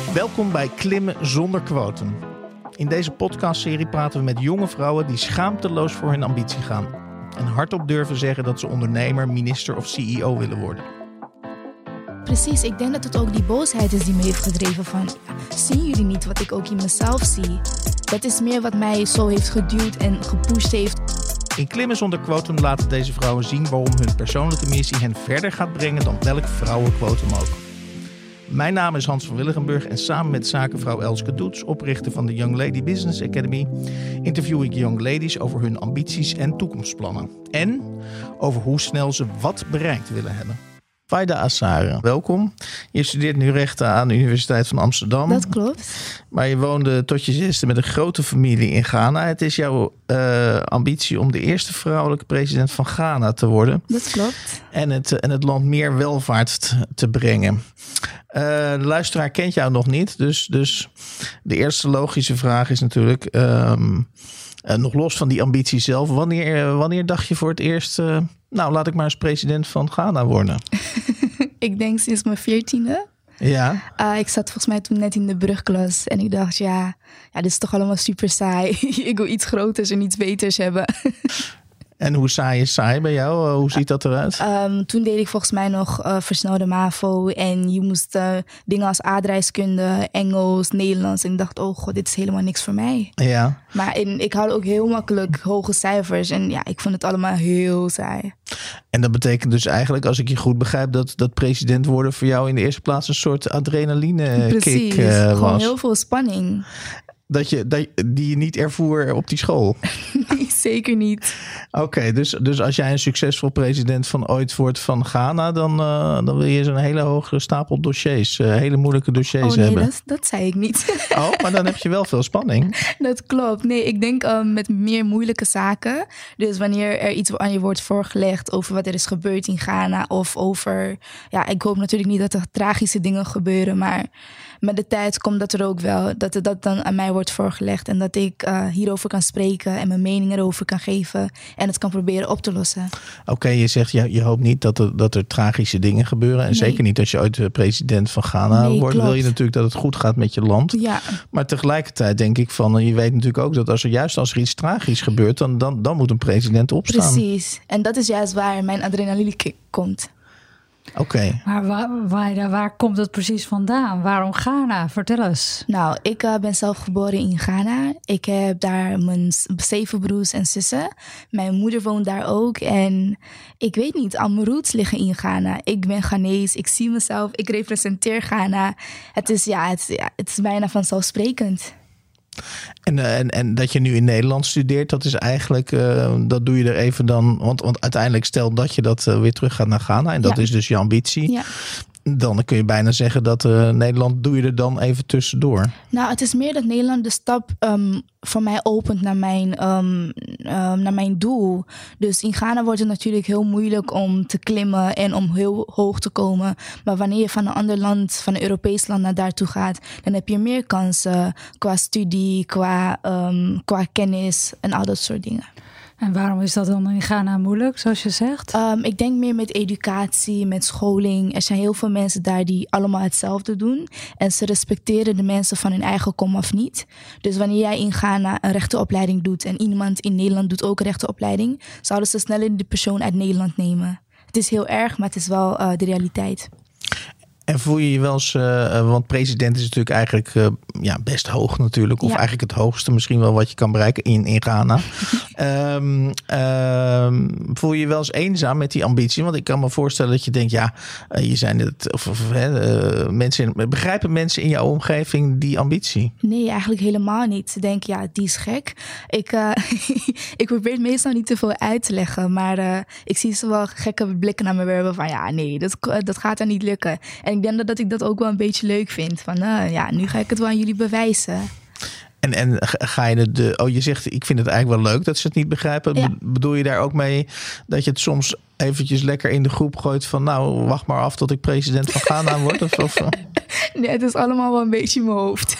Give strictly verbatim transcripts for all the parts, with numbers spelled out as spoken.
Welkom bij Klimmen zonder quotum. In deze podcastserie praten we met jonge vrouwen die schaamteloos voor hun ambitie gaan. En hardop durven zeggen dat ze ondernemer, minister of C E O willen worden. Precies, ik denk dat het ook die boosheid is die me heeft gedreven van... zien jullie niet wat ik ook in mezelf zie? Dat is meer wat mij zo heeft geduwd en gepusht heeft. In Klimmen zonder quotum laten deze vrouwen zien waarom hun persoonlijke missie hen verder gaat brengen dan welk vrouwenquotum ook. Mijn naam is Hans van Willigenburg en samen met zakenvrouw Elske Doets, oprichter van de Young Lady Business Academy, interview ik young ladies over hun ambities en toekomstplannen. En over hoe snel ze wat bereikt willen hebben. Fayda Assare, welkom. Je studeert nu rechten aan de Universiteit van Amsterdam. Dat klopt. Maar je woonde tot je zesde met een grote familie in Ghana. Het is jouw uh, ambitie om de eerste vrouwelijke president van Ghana te worden. Dat klopt. En het, en het land meer welvaart te, te brengen. Uh, de luisteraar kent jou nog niet. Dus, dus de eerste logische vraag is natuurlijk... Um, uh, nog los van die ambitie zelf. Wanneer, uh, wanneer dacht je voor het eerst... Uh, nou, laat ik maar eens president van Ghana worden? Ik denk sinds mijn veertiende. Ja. Uh, ik zat volgens mij toen net in de brugklas. En ik dacht, ja, ja dit is toch allemaal super saai. Ik wil iets groters en iets beters hebben. En hoe saai is saai bij jou? Hoe ziet dat eruit? Um, toen deed ik volgens mij nog uh, versnelde MAVO. En je moest uh, dingen als aardrijkskunde, Engels, Nederlands. En ik dacht, oh god, dit is helemaal niks voor mij. Ja. Maar in, ik haalde ook heel makkelijk hoge cijfers. En ja, ik vond het allemaal heel saai. En dat betekent dus eigenlijk, als ik je goed begrijp... dat, dat president worden voor jou in de eerste plaats een soort adrenaline-kick Precies, uh, was. gewoon heel veel spanning. Dat je, dat, die je niet ervoer op die school? Nee, zeker niet. Oké, okay, dus, dus als jij een succesvol president van ooit wordt van Ghana... dan, uh, dan wil je zo'n hele hoge stapel dossiers, uh, hele moeilijke dossiers oh, nee, hebben. Dat, dat zei ik niet. Oh, maar dan heb je wel veel spanning. Dat klopt. Nee, ik denk um, met meer moeilijke zaken. Dus wanneer er iets aan je wordt voorgelegd over wat er is gebeurd in Ghana... of over, ja, ik hoop natuurlijk niet dat er tragische dingen gebeuren... maar met de tijd komt dat er ook wel, dat het dat dan aan mij wordt voorgelegd... en dat ik uh, hierover kan spreken en mijn mening erover kan geven... en het kan proberen op te lossen. Oké, okay, je zegt je, je hoopt niet dat er, dat er tragische dingen gebeuren... en nee. Zeker niet als je ooit president van Ghana nee, wordt... Klopt. Wil je natuurlijk dat het goed gaat met je land. Ja. Maar tegelijkertijd denk ik van... je weet natuurlijk ook dat als er juist als er iets tragisch gebeurt... dan, dan, dan moet een president opstaan. Precies, en dat is juist waar mijn adrenaline kick komt. Oké. Okay. Maar waar, waar, waar komt het precies vandaan? Waarom Ghana? Vertel eens. Nou, ik uh, ben zelf geboren in Ghana. Ik heb daar mijn zeven broers en zussen. Mijn moeder woont daar ook. En ik weet niet, al mijn roots liggen in Ghana. Ik ben Ghanees, ik zie mezelf, ik representeer Ghana. Het is, ja, het, ja, het is bijna vanzelfsprekend. En, en, en dat je nu in Nederland studeert, dat is eigenlijk, uh, dat doe je er even dan, want, want uiteindelijk stel dat je dat uh, weer terug gaat naar Ghana en dat ja. is dus je ambitie. Ja. Dan kun je bijna zeggen dat uh, Nederland doe je er dan even tussendoor. Nou, het is meer dat Nederland de stap um, voor mij opent naar mijn, um, um, naar mijn doel. Dus in Ghana wordt het natuurlijk heel moeilijk om te klimmen en om heel hoog te komen. Maar wanneer je van een ander land, van een Europees land naar daartoe gaat, dan heb je meer kansen qua studie, qua, um, qua kennis en al dat soort dingen. En waarom is dat dan in Ghana moeilijk, zoals je zegt? Um, ik denk meer met educatie, met scholing. Er zijn heel veel mensen daar die allemaal hetzelfde doen. En ze respecteren de mensen van hun eigen komaf niet. Dus wanneer jij in Ghana een rechtenopleiding doet... en iemand in Nederland doet ook een rechtenopleiding... zouden ze sneller de persoon uit Nederland nemen. Het is heel erg, maar het is wel uh, de realiteit. En voel je je wel eens, uh, want president is natuurlijk eigenlijk uh, ja, best hoog natuurlijk. Of ja. eigenlijk het hoogste misschien wel wat je kan bereiken in, in Ghana. um, um, voel je je wel eens eenzaam met die ambitie? Want ik kan me voorstellen dat je denkt, ja, uh, je zijn het, of, of uh, mensen, begrijpen mensen in jouw omgeving die ambitie? Nee, eigenlijk helemaal niet. Ze denken, ja, die is gek. Ik, uh, ik probeer het meestal niet te veel uit te leggen. Maar uh, ik zie ze wel gekke blikken naar me werpen van, ja, nee, dat, dat gaat er niet lukken. En ik denk dat, dat ik dat ook wel een beetje leuk vind. Van, uh, ja, nu ga ik het wel aan jullie bewijzen. En, en ga je de. Oh, je zegt, ik vind het eigenlijk wel leuk dat ze het niet begrijpen. Ja. Bedoel je daar ook mee dat je het soms eventjes lekker in de groep gooit van, nou, wacht maar af tot ik president van Ghana word? Of, of? Nee, het is allemaal wel een beetje in mijn hoofd.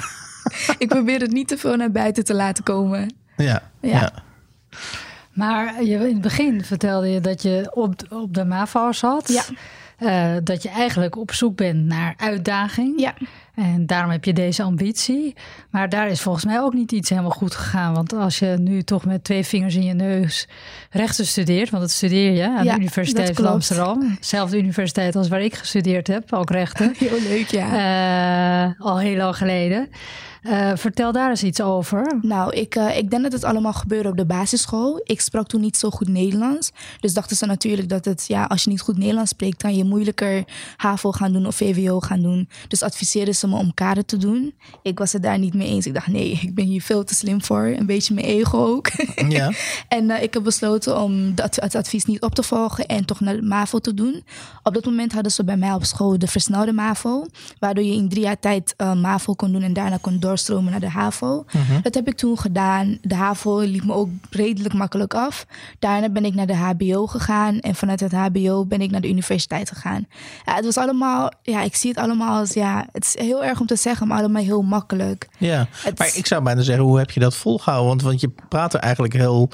Ik probeer het niet te veel naar buiten te laten komen. Ja, ja. ja. Maar je, in het begin vertelde je dat je op, op de MAVO zat. Ja. Uh, dat je eigenlijk op zoek bent naar uitdaging. Ja. En daarom heb je deze ambitie. Maar daar is volgens mij ook niet iets helemaal goed gegaan. Want als je nu toch met twee vingers in je neus rechten studeert... want dat studeer je aan ja, de Universiteit van Amsterdam. Dezelfde universiteit als waar ik gestudeerd heb, ook rechten. Heel leuk, ja. Uh, al heel lang geleden. Uh, vertel daar eens iets over. Nou, ik, uh, ik denk dat het allemaal gebeurde op de basisschool. Ik sprak toen niet zo goed Nederlands. Dus dachten ze natuurlijk dat het, ja, als je niet goed Nederlands spreekt... kan je moeilijker HAVO gaan doen of V W O gaan doen. Dus adviseerden ze me om kader te doen. Ik was het daar niet mee eens. Ik dacht, nee, ik ben hier veel te slim voor. Een beetje mijn ego ook. Ja. En uh, ik heb besloten om dat, het advies niet op te volgen... en toch naar de MAVO te doen. Op dat moment hadden ze bij mij op school de versnelde MAVO... waardoor je in drie jaar tijd uh, MAVO kon doen... en daarna kon doorstromen naar de HAVO. Uh-huh. Dat heb ik toen gedaan. De HAVO liep me ook redelijk makkelijk af. Daarna ben ik naar de H B O gegaan... en vanuit het H B O ben ik naar de universiteit gegaan. Ja, het was allemaal... Ja, ik zie het allemaal als... Ja, het is heel erg om te zeggen, maar allemaal heel makkelijk. Ja, het... maar ik zou bijna zeggen, hoe heb je dat volgehouden? Want, want je praat er eigenlijk heel...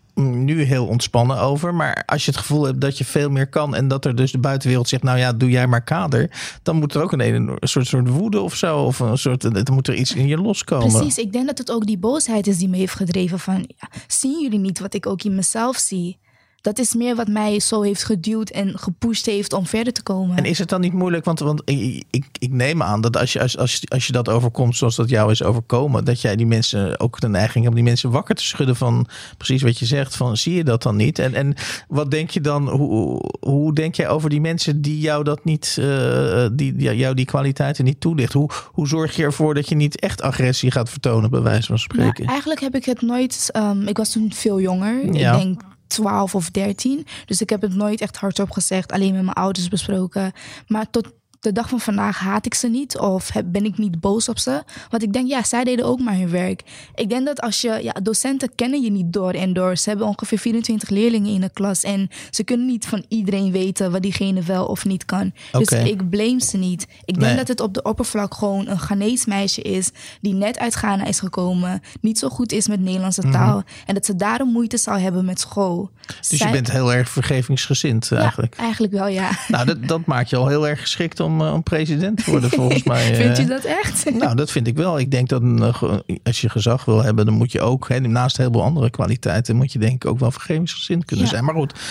nu heel ontspannen over. Maar als je het gevoel hebt dat je veel meer kan... en dat er dus de buitenwereld zegt... nou ja, doe jij maar kader... dan moet er ook een, een soort, soort woede of zo... of een soort, dan moet er iets in je loskomen. Precies, ik denk dat het ook die boosheid is die me heeft gedreven... van, ja, zien jullie niet wat ik ook in mezelf zie? Dat is meer wat mij zo heeft geduwd en gepusht heeft om verder te komen. En is het dan niet moeilijk? Want, want ik, ik, ik neem aan dat als je, als, als, als je dat overkomt zoals dat jou is overkomen... dat jij die mensen ook de neiging hebt om die mensen wakker te schudden van precies wat je zegt. Van zie je dat dan niet? En, en wat denk je dan, hoe, hoe denk jij over die mensen die jou dat niet, uh, die, die jou die kwaliteiten niet toelicht? Hoe, hoe zorg je ervoor dat je niet echt agressie gaat vertonen, bij wijze van spreken? Nou, eigenlijk heb ik het nooit, um, ik was toen veel jonger. Ja. Ik denk twaalf of dertien. Dus ik heb het nooit echt hardop gezegd. Alleen met mijn ouders besproken. Maar tot de dag van vandaag haat ik ze niet. Of ben ik niet boos op ze. Want ik denk, ja, zij deden ook maar hun werk. Ik denk dat als je... Ja, docenten kennen je niet door en door. Ze hebben ongeveer vierentwintig leerlingen in de klas. En ze kunnen niet van iedereen weten wat diegene wel of niet kan. Okay. Dus ik blame ze niet. Ik denk nee. dat het op de oppervlak gewoon een Ghanese meisje is... die net uit Ghana is gekomen. Niet zo goed is met Nederlandse taal. Mm-hmm. En dat ze daarom moeite zou hebben met school. Dus Zij... je bent heel erg vergevingsgezind eigenlijk? Ja, eigenlijk wel, ja. Nou, dat, dat maakt je al heel erg geschikt om... om president te worden, volgens mij. Vind je dat echt? Nou, dat vind ik wel. Ik denk dat als je gezag wil hebben, dan moet je ook, hè, naast heel veel andere kwaliteiten, moet je denk ik ook wel vergevingsgezind kunnen ja. zijn. Maar goed.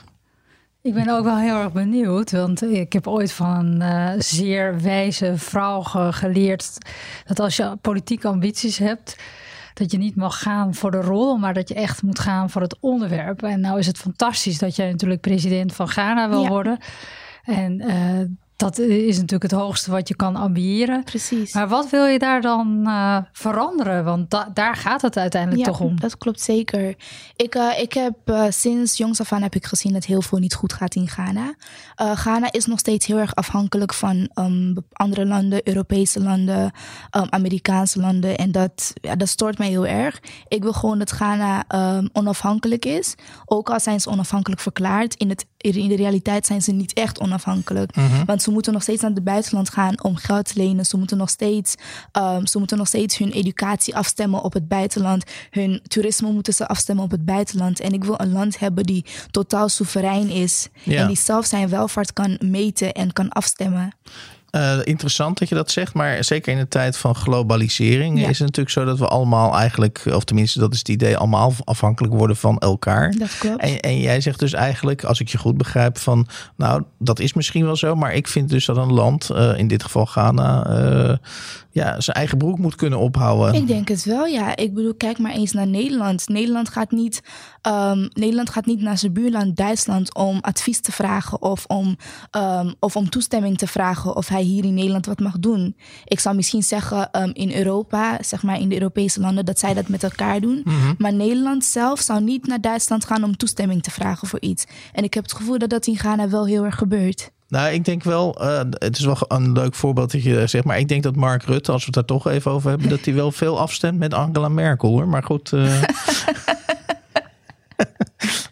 Ik ben ook wel heel erg benieuwd, want ik heb ooit van een uh, zeer wijze vrouw geleerd dat als je politieke ambities hebt, dat je niet mag gaan voor de rol, maar dat je echt moet gaan voor het onderwerp. En nou is het fantastisch dat jij natuurlijk president van Ghana wil ja. worden. En uh, dat is natuurlijk het hoogste wat je kan ambiëren. Precies. Maar wat wil je daar dan uh, veranderen? Want da- daar gaat het uiteindelijk ja, toch om. Dat klopt zeker. Ik, uh, ik heb uh, sinds jongs af aan heb ik gezien dat heel veel niet goed gaat in Ghana. Uh, Ghana is nog steeds heel erg afhankelijk van um, andere landen, Europese landen, um, Amerikaanse landen. En dat, ja, dat stoort mij heel erg. Ik wil gewoon dat Ghana um, onafhankelijk is. Ook al zijn ze onafhankelijk verklaard. In, het, in de realiteit zijn ze niet echt onafhankelijk. Mm-hmm. Want ze moeten nog steeds naar het buitenland gaan om geld te lenen. Ze moeten nog steeds, um, ze moeten nog steeds hun educatie afstemmen op het buitenland. Hun toerisme moeten ze afstemmen op het buitenland. En ik wil een land hebben die totaal soeverein is. Ja. En die zelf zijn welvaart kan meten en kan afstemmen. Uh, interessant dat je dat zegt, maar zeker in de tijd van globalisering ja. is het natuurlijk zo dat we allemaal eigenlijk, of tenminste dat is het idee, allemaal afhankelijk worden van elkaar. Dat klopt. En, en jij zegt dus eigenlijk, als ik je goed begrijp, van nou, dat is misschien wel zo, maar ik vind dus dat een land, uh, in dit geval Ghana, uh, ja, zijn eigen broek moet kunnen ophouden. Ik denk het wel, ja. Ik bedoel, kijk maar eens naar Nederland. Nederland gaat niet, um, Nederland gaat niet naar zijn buurland Duitsland om advies te vragen of om, um, of om toestemming te vragen of hij hier in Nederland wat mag doen. Ik zou misschien zeggen um, in Europa, zeg maar in de Europese landen, dat zij dat met elkaar doen. Mm-hmm. Maar Nederland zelf zou niet naar Duitsland gaan om toestemming te vragen voor iets. En ik heb het gevoel dat dat in Ghana wel heel erg gebeurt. Nou, ik denk wel, uh, het is wel een leuk voorbeeld dat je zegt, maar ik denk dat Mark Rutte, als we het daar toch even over hebben, dat hij wel veel afstemt met Angela Merkel, hoor. Maar goed. Uh...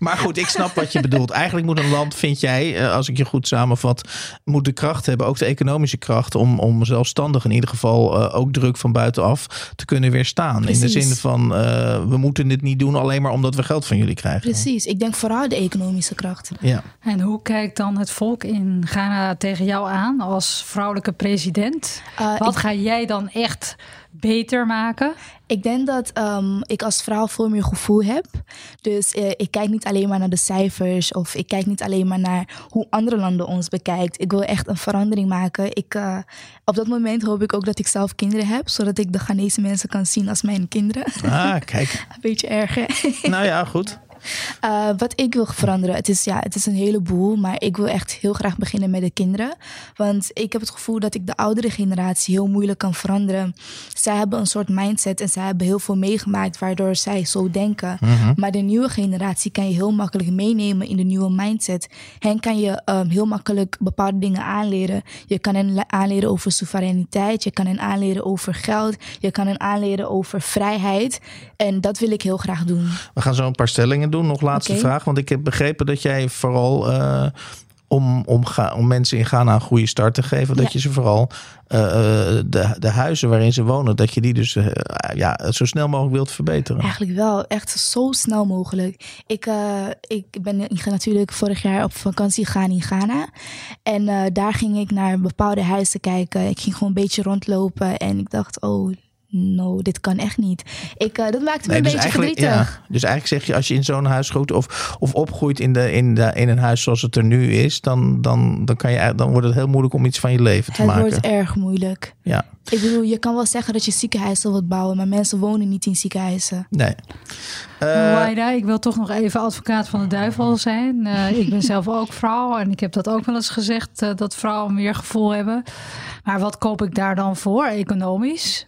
Maar goed, ik snap wat je bedoelt. Eigenlijk moet een land, vind jij, als ik je goed samenvat, moet de kracht hebben, ook de economische kracht, om, om zelfstandig in ieder geval uh, ook druk van buitenaf te kunnen weerstaan. Precies. In de zin van, uh, we moeten dit niet doen alleen maar omdat we geld van jullie krijgen. Precies, ik denk vooral de economische kracht. Ja. En hoe kijkt dan het volk in Ghana tegen jou aan als vrouwelijke president? Uh, Wat ik... ga jij dan echt beter maken? Ik denk dat um, ik als vrouw veel meer gevoel heb. Dus uh, ik kijk niet alleen maar naar de cijfers of ik kijk niet alleen maar naar hoe andere landen ons bekijkt. Ik wil echt een verandering maken. Ik, uh, op dat moment hoop ik ook dat ik zelf kinderen heb, zodat ik de Ghanese mensen kan zien als mijn kinderen. Ah, kijk. Een beetje erg, hè? Nou ja, goed. Uh, wat ik wil veranderen, het is, ja, het is een heleboel, maar ik wil echt heel graag beginnen met de kinderen. Want ik heb het gevoel dat ik de oudere generatie heel moeilijk kan veranderen. Zij hebben een soort mindset en zij hebben heel veel meegemaakt waardoor zij zo denken. Mm-hmm. Maar de nieuwe generatie kan je heel makkelijk meenemen in de nieuwe mindset. Hen kan je um, heel makkelijk bepaalde dingen aanleren. Je kan hen aanleren over soevereiniteit, je kan hen aanleren over geld, je kan hen aanleren over vrijheid. En dat wil ik heel graag doen. We gaan zo een paar stellingen doen. Nog laatste okay. vraag. Want ik heb begrepen dat jij vooral uh, om, om, ga, om mensen in Ghana een goede start te geven, ja. dat je ze vooral uh, de, de huizen waarin ze wonen, dat je die dus uh, ja, zo snel mogelijk wilt verbeteren. Eigenlijk wel. Echt zo snel mogelijk. Ik, uh, ik ben natuurlijk vorig jaar op vakantie gegaan in Ghana. En uh, daar ging ik naar bepaalde huizen kijken. Ik ging gewoon een beetje rondlopen en ik dacht, oh, no, dit kan echt niet. Ik, uh, dat maakte me nee, een dus beetje verdrietig. Ja, dus eigenlijk zeg je, als je in zo'n huis groeit of, of opgroeit in, de, in, de, in een huis zoals het er nu is, dan, dan, dan, kan je, dan wordt het heel moeilijk om iets van je leven te het maken. Het wordt erg moeilijk. Ja. Ik bedoel, je kan wel zeggen dat je ziekenhuizen wilt bouwen, maar mensen wonen niet in ziekenhuizen. Nee. Uh, Waida, ik wil toch nog even advocaat van de duivel zijn. Uh, ik ben zelf ook vrouw en ik heb dat ook wel eens gezegd, uh, dat vrouwen meer gevoel hebben. Maar wat koop ik daar dan voor, economisch?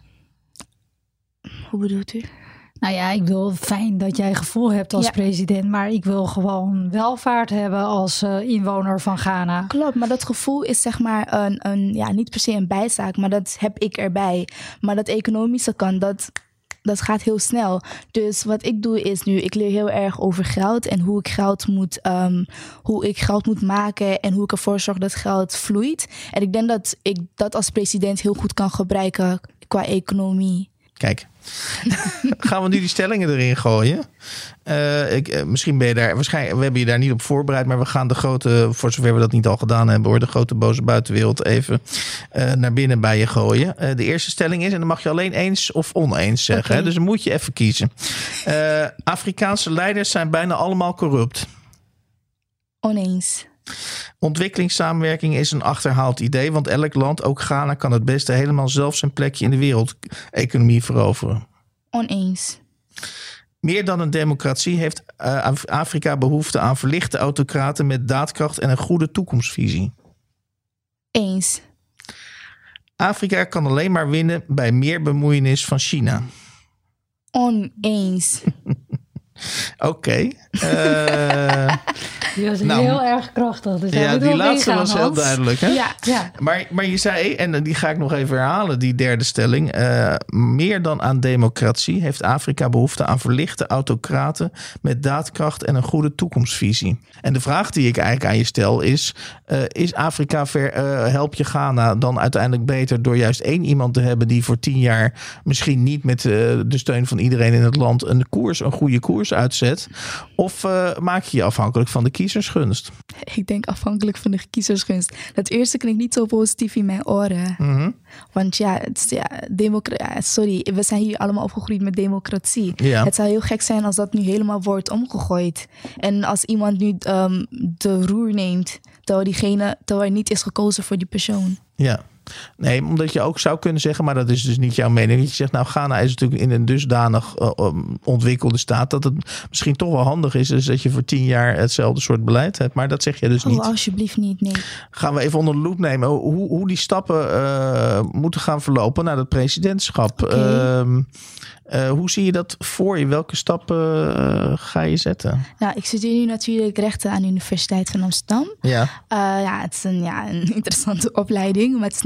Hoe bedoelt u? Nou ja, ik wil fijn dat jij gevoel hebt als ja. president, maar ik wil gewoon welvaart hebben als uh, inwoner van Ghana. Klopt, maar dat gevoel is zeg maar een, een ja, niet per se een bijzaak, maar dat heb ik erbij. Maar dat economische kant, dat, dat gaat heel snel. Dus wat ik doe is nu, ik leer heel erg over geld en hoe ik geld moet, um, hoe ik geld moet maken en hoe ik ervoor zorg dat geld vloeit. En ik denk dat ik dat als president heel goed kan gebruiken qua economie. Kijk, gaan we nu die stellingen erin gooien? Uh, ik, uh, misschien ben je daar, waarschijnlijk, we hebben je daar niet op voorbereid, maar we gaan de grote, voor zover we dat niet al gedaan hebben hoor, de grote boze buitenwereld even uh, naar binnen bij je gooien. Uh, de eerste stelling is, en dan mag je alleen eens of oneens zeggen, okay. hè? Dus dan moet je even kiezen. Uh, Afrikaanse leiders zijn bijna allemaal corrupt. Oneens. Ontwikkelingssamenwerking is een achterhaald idee, want elk land, ook Ghana, kan het beste helemaal zelf zijn plekje in de wereldeconomie veroveren. Oneens. Meer dan een democratie heeft uh, Afrika behoefte aan verlichte autocraten met daadkracht en een goede toekomstvisie. Eens. Afrika kan alleen maar winnen bij meer bemoeienis van China. Oneens. Oké. Okay. Uh, die was nou, heel erg krachtig. Dus ja, die laatste was Hans. Heel duidelijk. Hè? Ja, ja. Maar, maar je zei, en die ga ik nog even herhalen, die derde stelling. Uh, meer dan aan democratie heeft Afrika behoefte aan verlichte autocraten met daadkracht en een goede toekomstvisie. En de vraag die ik eigenlijk aan je stel is, uh, is Afrika ver, uh, help je Ghana dan uiteindelijk beter door juist één iemand te hebben die voor tien jaar misschien niet met uh, de steun van iedereen in het land een koers, een goede koers uitzet? Of uh, maak je je afhankelijk van de kiezersgunst? Ik denk afhankelijk van de kiezersgunst. Dat eerste klinkt niet zo positief in mijn oren. Mm-hmm. Want ja, het, ja, democra- sorry, we zijn hier allemaal opgegroeid met democratie. Ja. Het zou heel gek zijn als dat nu helemaal wordt omgegooid. En als iemand nu um, de roer neemt, terwijl diegene, terwijl er niet is gekozen voor die persoon. Ja. Nee, omdat je ook zou kunnen zeggen, maar dat is dus niet jouw mening. Dat je zegt, nou Ghana is natuurlijk in een dusdanig uh, ontwikkelde staat dat het misschien toch wel handig is, is dat je voor tien jaar hetzelfde soort beleid hebt. Maar dat zeg je dus oh, niet. Alsjeblieft niet, nee. Gaan we even onder de loep nemen hoe, hoe die stappen uh, moeten gaan verlopen naar het presidentschap. Okay. Uh, Uh, hoe zie je dat voor je? Welke stappen uh, ga je zetten? Nou, ik studeer nu natuurlijk rechten aan de Universiteit van Amsterdam. Ja. Uh, ja, het is een, ja, een interessante opleiding, maar het is niet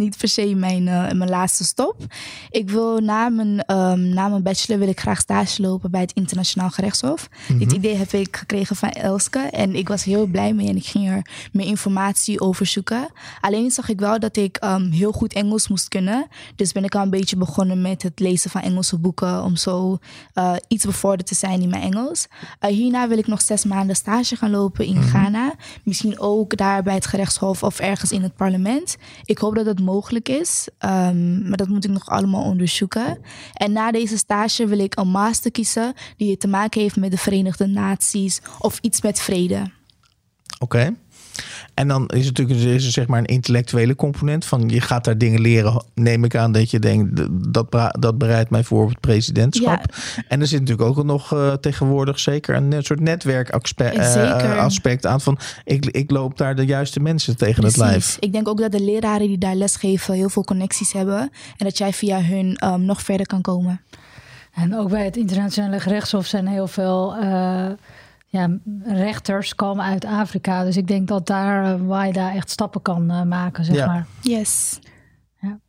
niet per se mijn, uh, mijn laatste stop. Ik wil na mijn, um, na mijn bachelor wil ik graag stage lopen bij het Internationaal Gerechtshof. Mm-hmm. Dit idee heb ik gekregen van Elske en ik was heel blij mee en ik ging er meer informatie over zoeken. Alleen zag ik wel dat ik um, heel goed Engels moest kunnen. Dus ben ik al een beetje begonnen met het lezen van Engelse boeken om zo uh, iets bevorderd te zijn in mijn Engels. Uh, hierna wil ik nog zes maanden stage gaan lopen in mm-hmm. Ghana. Misschien ook daar bij het gerechtshof of ergens in het parlement. Ik hoop dat dat mogelijk is, um, maar dat moet ik nog allemaal onderzoeken. En na deze stage wil ik een master kiezen die te maken heeft met de Verenigde Naties of iets met vrede. Oké. Okay. En dan is het natuurlijk is er zeg maar een intellectuele component van je gaat daar dingen leren, neem ik aan dat je denkt dat, dat bereidt mij voor op het presidentschap. Ja. En er zit natuurlijk ook nog uh, tegenwoordig zeker een soort netwerkaspect uh, aspect aan van ik, ik loop daar de juiste mensen tegen Precies. het lijf. Ik denk ook dat de leraren die daar lesgeven heel veel connecties hebben en dat jij via hun um, nog verder kan komen. En ook bij het Internationale Gerechtshof zijn heel veel uh, ja, rechters komen uit Afrika. Dus ik denk dat daar uh, waar je daar echt stappen kan uh, maken, zeg ja. maar. Yes. Ja.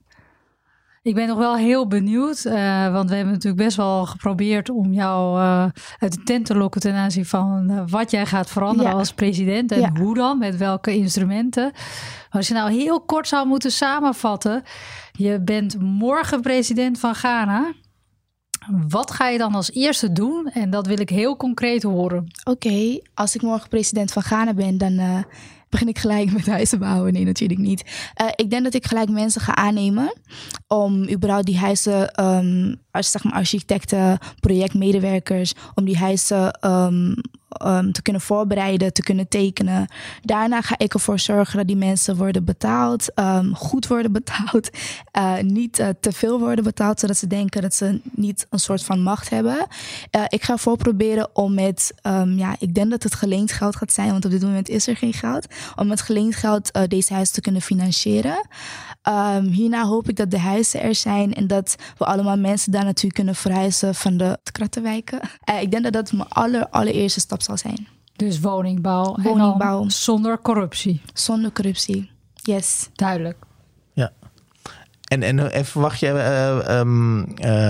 Ik ben nog wel heel benieuwd, uh, want we hebben natuurlijk best wel geprobeerd om jou uh, uit de tent te lokken ten aanzien van uh, wat jij gaat veranderen ja. als president en ja. hoe dan, met welke instrumenten. Als je nou heel kort zou moeten samenvatten, je bent morgen president van Ghana. Wat ga je dan als eerste doen? En dat wil ik heel concreet horen. Oké, okay, als ik morgen president van Ghana ben, dan uh, begin ik gelijk met huizen bouwen. Nee, natuurlijk niet. Uh, ik denk dat ik gelijk mensen ga aannemen om überhaupt die huizen, um, als, zeg maar architecten, projectmedewerkers, om die huizen um, um, te kunnen voorbereiden, te kunnen tekenen. Daarna ga ik ervoor zorgen dat die mensen worden betaald, um, goed worden betaald, uh, niet uh, te veel worden betaald, zodat ze denken dat ze niet een soort van macht hebben. Uh, ik ga ervoor proberen om met, um, ja, ik denk dat het geleend geld gaat zijn, want op dit moment is er geen geld, om met geleend geld uh, deze huizen te kunnen financieren. Um, hierna hoop ik dat de huizen er zijn en dat we allemaal mensen daar natuurlijk kunnen verhuizen van de krattenwijken. Uh, ik denk dat dat mijn aller, allereerste stap zal zijn. Dus woningbouw, woningbouw. En dan zonder corruptie. Zonder corruptie, yes. Duidelijk. Ja. En, en, en verwacht je... Uh, um,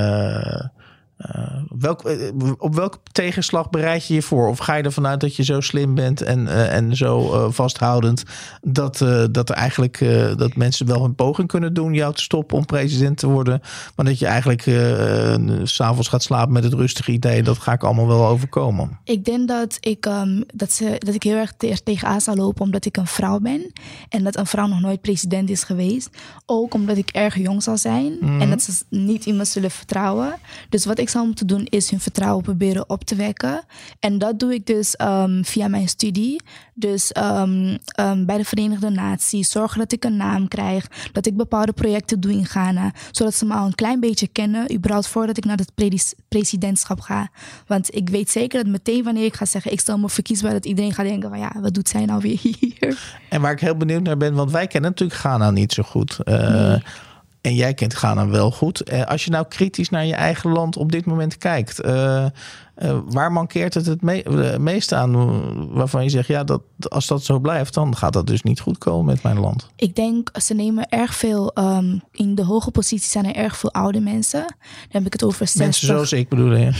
uh, Uh, welk, uh, op welke tegenslag bereid je je voor? Of ga je ervan uit dat je zo slim bent en, uh, en zo uh, vasthoudend dat, uh, dat er eigenlijk uh, dat mensen wel hun poging kunnen doen jou te stoppen om president te worden, maar dat je eigenlijk uh, uh, 's avonds gaat slapen met het rustige idee dat ga ik allemaal wel overkomen? Ik denk dat ik, um, dat ze, dat ik heel erg te- tegenaan zal lopen omdat ik een vrouw ben en dat een vrouw nog nooit president is geweest. Ook omdat ik erg jong zal zijn mm-hmm. en dat ze niet in me zullen vertrouwen. Dus wat ik zou moeten doen is hun vertrouwen proberen op te wekken. En dat doe ik dus um, via mijn studie. Dus um, um, bij de Verenigde Naties zorgen dat ik een naam krijg, dat ik bepaalde projecten doe in Ghana, zodat ze me al een klein beetje kennen, überhaupt voordat ik naar het pre- presidentschap ga. Want ik weet zeker dat meteen wanneer ik ga zeggen, ik stel me verkiesbaar, dat iedereen gaat denken van ja, wat doet zij nou weer hier? En waar ik heel benieuwd naar ben, want wij kennen natuurlijk Ghana niet zo goed. Uh, nee. En jij kent Ghana wel goed. Uh, als je nou kritisch naar je eigen land op dit moment kijkt, Uh, uh, waar mankeert het het me- uh, meest aan? Waarvan je zegt, ja, dat, als dat zo blijft, dan gaat dat dus niet goed komen met mijn land. Ik denk, ze nemen erg veel, um, in de hoge posities zijn er erg veel oude mensen. Dan heb ik het over zestig. Mensen zoals ik bedoel je.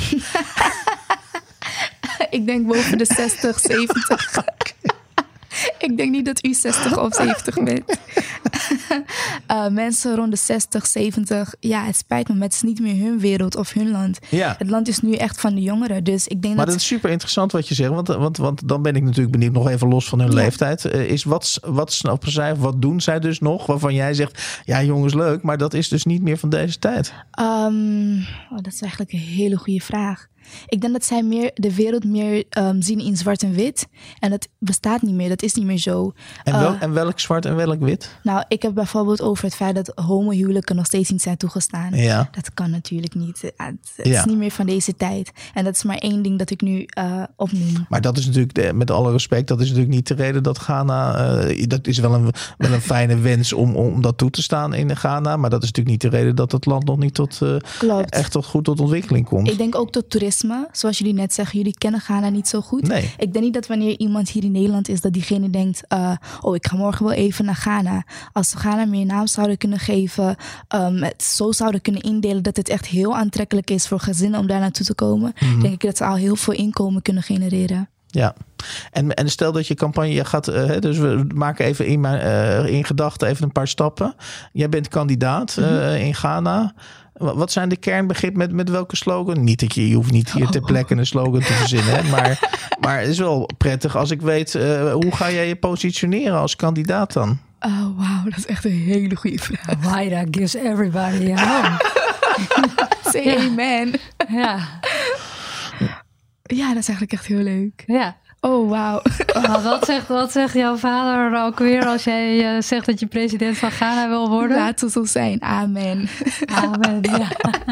Ik denk boven de zestig, zeventig. Ik denk niet dat u zestig of zeventig bent. uh, mensen rond de zestig, zeventig. Ja, het spijt me, maar het is niet meer hun wereld of hun land. Ja. Het land is nu echt van de jongeren. Dus ik denk maar dat... dat is super interessant wat je zegt. Want, want, want dan ben ik natuurlijk benieuwd, nog even los van hun ja. leeftijd. Uh, is wat, wat snappen zij, wat doen zij dus nog? Waarvan jij zegt, ja jongens, leuk. Maar dat is dus niet meer van deze tijd. Um, oh, dat is eigenlijk een hele goede vraag. Ik denk dat zij meer de wereld meer um, zien in zwart en wit. En dat bestaat niet meer. Dat is niet meer zo. En, wel, uh, en welk zwart en welk wit? Nou, ik heb bijvoorbeeld over het feit dat homohuwelijken nog steeds niet zijn toegestaan. Ja. Dat kan natuurlijk niet. Het, het ja. is niet meer van deze tijd. En dat is maar één ding dat ik nu uh, opnoem. Maar dat is natuurlijk, met alle respect, dat is natuurlijk niet de reden dat Ghana... Uh, dat is wel een, wel een fijne wens om, om dat toe te staan in Ghana. Maar dat is natuurlijk niet de reden dat het land nog niet tot, uh, echt tot goed tot ontwikkeling komt. Ik denk ook tot toerisme toerisme. Zoals jullie net zeggen, jullie kennen Ghana niet zo goed. Nee. Ik denk niet dat wanneer iemand hier in Nederland is, dat diegene denkt, uh, oh, ik ga morgen wel even naar Ghana. Als we Ghana meer naam zouden kunnen geven, um, het zo zouden kunnen indelen dat het echt heel aantrekkelijk is voor gezinnen om daar naartoe te komen, mm-hmm. denk ik dat ze al heel veel inkomen kunnen genereren. Ja, en, en stel dat je campagne gaat, uh, dus we maken even in, mijn, uh, in gedachten even een paar stappen. Jij bent kandidaat uh, mm-hmm. in Ghana. Wat zijn de kernbegrippen, met, met welke slogan? Niet dat je, je hoeft niet hier ter plekke een slogan te verzinnen. Hè? Maar, maar het is wel prettig als ik weet, uh, hoe ga jij je positioneren als kandidaat dan? Oh, wauw, dat is echt een hele goede vraag. Waida gives everybody a home. Say amen. Ja. Ja, dat is eigenlijk echt heel leuk. Ja. Oh, wauw. Oh, wat, zegt, wat zegt jouw vader ook weer als jij uh, zegt dat je president van Ghana wil worden? Laat het zo zijn. Amen. Amen, ja.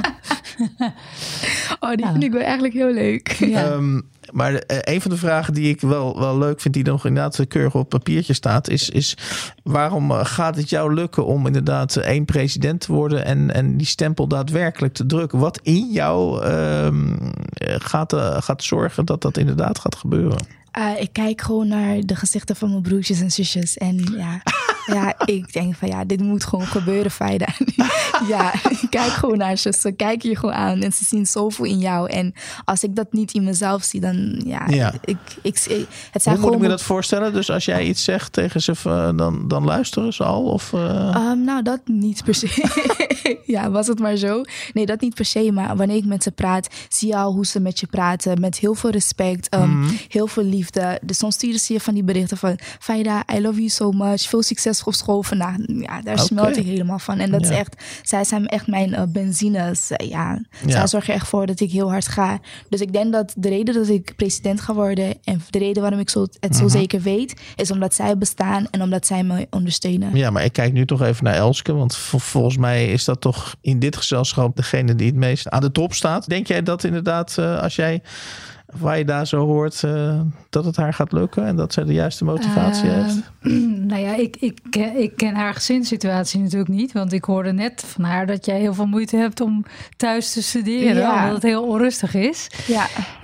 Oh, die ja. vind ik wel eigenlijk heel leuk. Ja. Um, maar uh, een van de vragen die ik wel, wel leuk vind, die nog inderdaad keurig op papiertje staat, is, is waarom gaat het jou lukken om inderdaad één president te worden en, en die stempel daadwerkelijk te drukken? Wat in jou um, gaat, uh, gaat zorgen dat dat inderdaad gaat gebeuren? Uh, ik kijk gewoon naar de gezichten van mijn broertjes en zusjes. En ja, ja, ik denk van ja, dit moet gewoon gebeuren, Vaida. Ja, ik kijk gewoon naar ze. Ze kijken je gewoon aan en ze zien zoveel in jou. En als ik dat niet in mezelf zie, dan ja, ja. Ik, ik, ik, het zijn Hoe gewoon... moet ik me dat voorstellen? Dus als jij iets zegt tegen ze, dan, dan luisteren ze al? Of, uh... um, nou, dat niet per se. Ja, was het maar zo. Nee, dat niet per se. Maar wanneer ik met ze praat, zie je al hoe ze met je praten. Met heel veel respect, um, mm-hmm. heel veel liefde. Dus soms sturen ze je van die berichten van Vaida, I love you so much. Veel succes op school vandaag. Ja, daar okay. smelt ik helemaal van. En dat ja. is echt, zij zijn echt mijn uh, benzines. Ja, ja, zij zorgen echt voor dat ik heel hard ga. Dus ik denk dat de reden dat ik president ga worden en de reden waarom ik zo, het mm-hmm. zo zeker weet, is omdat zij bestaan en omdat zij me ondersteunen. Ja, maar ik kijk nu toch even naar Elske, want vol, volgens mij is dat toch in dit gezelschap degene die het meest aan de top staat. Denk jij dat inderdaad, uh, als jij waar je daar zo hoort, uh, dat het haar gaat lukken en dat zij de juiste motivatie uh, heeft? Nou ja, ik, ik, ik ken haar gezinssituatie natuurlijk niet. Want ik hoorde net van haar dat jij heel veel moeite hebt om thuis te studeren. Ja. Omdat het heel onrustig is. Ja.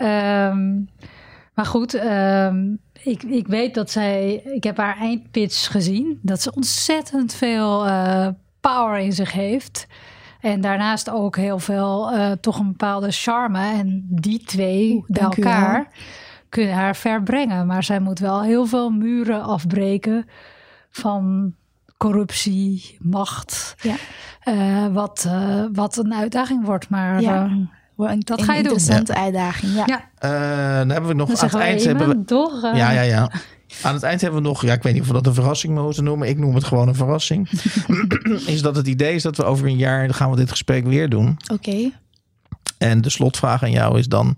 Um, maar goed, um, ik, ik weet dat zij... Ik heb haar eindpitch gezien. Dat ze ontzettend veel uh, power in zich heeft. En daarnaast ook heel veel, uh, toch een bepaalde charme. En die twee Oeh, bij elkaar kunnen haar ver brengen. Maar zij moet wel heel veel muren afbreken van corruptie, macht. Ja. Uh, wat, uh, wat een uitdaging wordt. Maar ja. uh, een, dat een ga je doen. Een interessante ja. uitdaging, ja. ja. Uh, dan hebben we nog dan aan het eind... hebben we toch? Uh, ja, ja, ja. Aan het eind hebben we nog, ja, ik weet niet of we dat een verrassing moeten noemen. Ik noem het gewoon een verrassing. Is dat het idee is dat we over een jaar, dan gaan we dit gesprek weer doen. Oké. Okay. En de slotvraag aan jou is dan,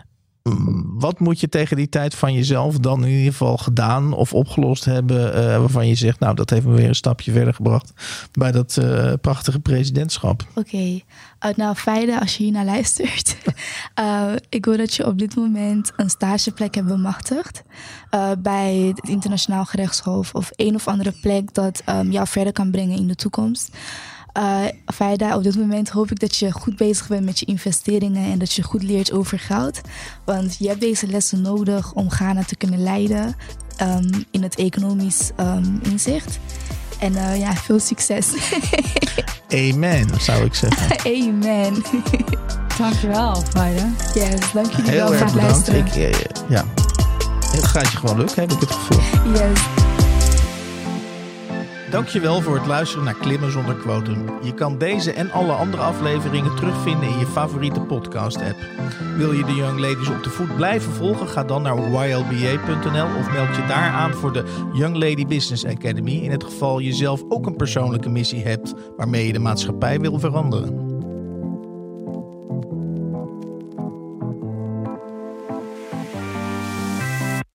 wat moet je tegen die tijd van jezelf dan in ieder geval gedaan of opgelost hebben, uh, waarvan je zegt, nou, dat heeft me weer een stapje verder gebracht bij dat uh, prachtige presidentschap. Oké, okay. uh, nou Vaida, als je hier naar luistert, uh, ik wil dat je op dit moment een stageplek hebt bemachtigd uh, bij het internationaal gerechtshof of een of andere plek dat um, jou verder kan brengen in de toekomst. Uh, Vaida, op dit moment hoop ik dat je goed bezig bent met je investeringen en dat je goed leert over geld. Want je hebt deze lessen nodig om Ghana te kunnen leiden um, in het economisch um, inzicht. En uh, ja, veel succes. Amen, zou ik zeggen. Amen. Dankjewel, Vaida. Yes, dank jullie wel voor het luisteren. Ik, ja, het gaat je gewoon lukken, heb ik het gevoel. Yes. Dankjewel voor het luisteren naar Klimmen zonder Quotum. Je kan deze en alle andere afleveringen terugvinden in je favoriete podcast-app. Wil je de Young Ladies op de voet blijven volgen? Ga dan naar y l b a punt n l of meld je daar aan voor de Young Lady Business Academy. In het geval je zelf ook een persoonlijke missie hebt waarmee je de maatschappij wil veranderen.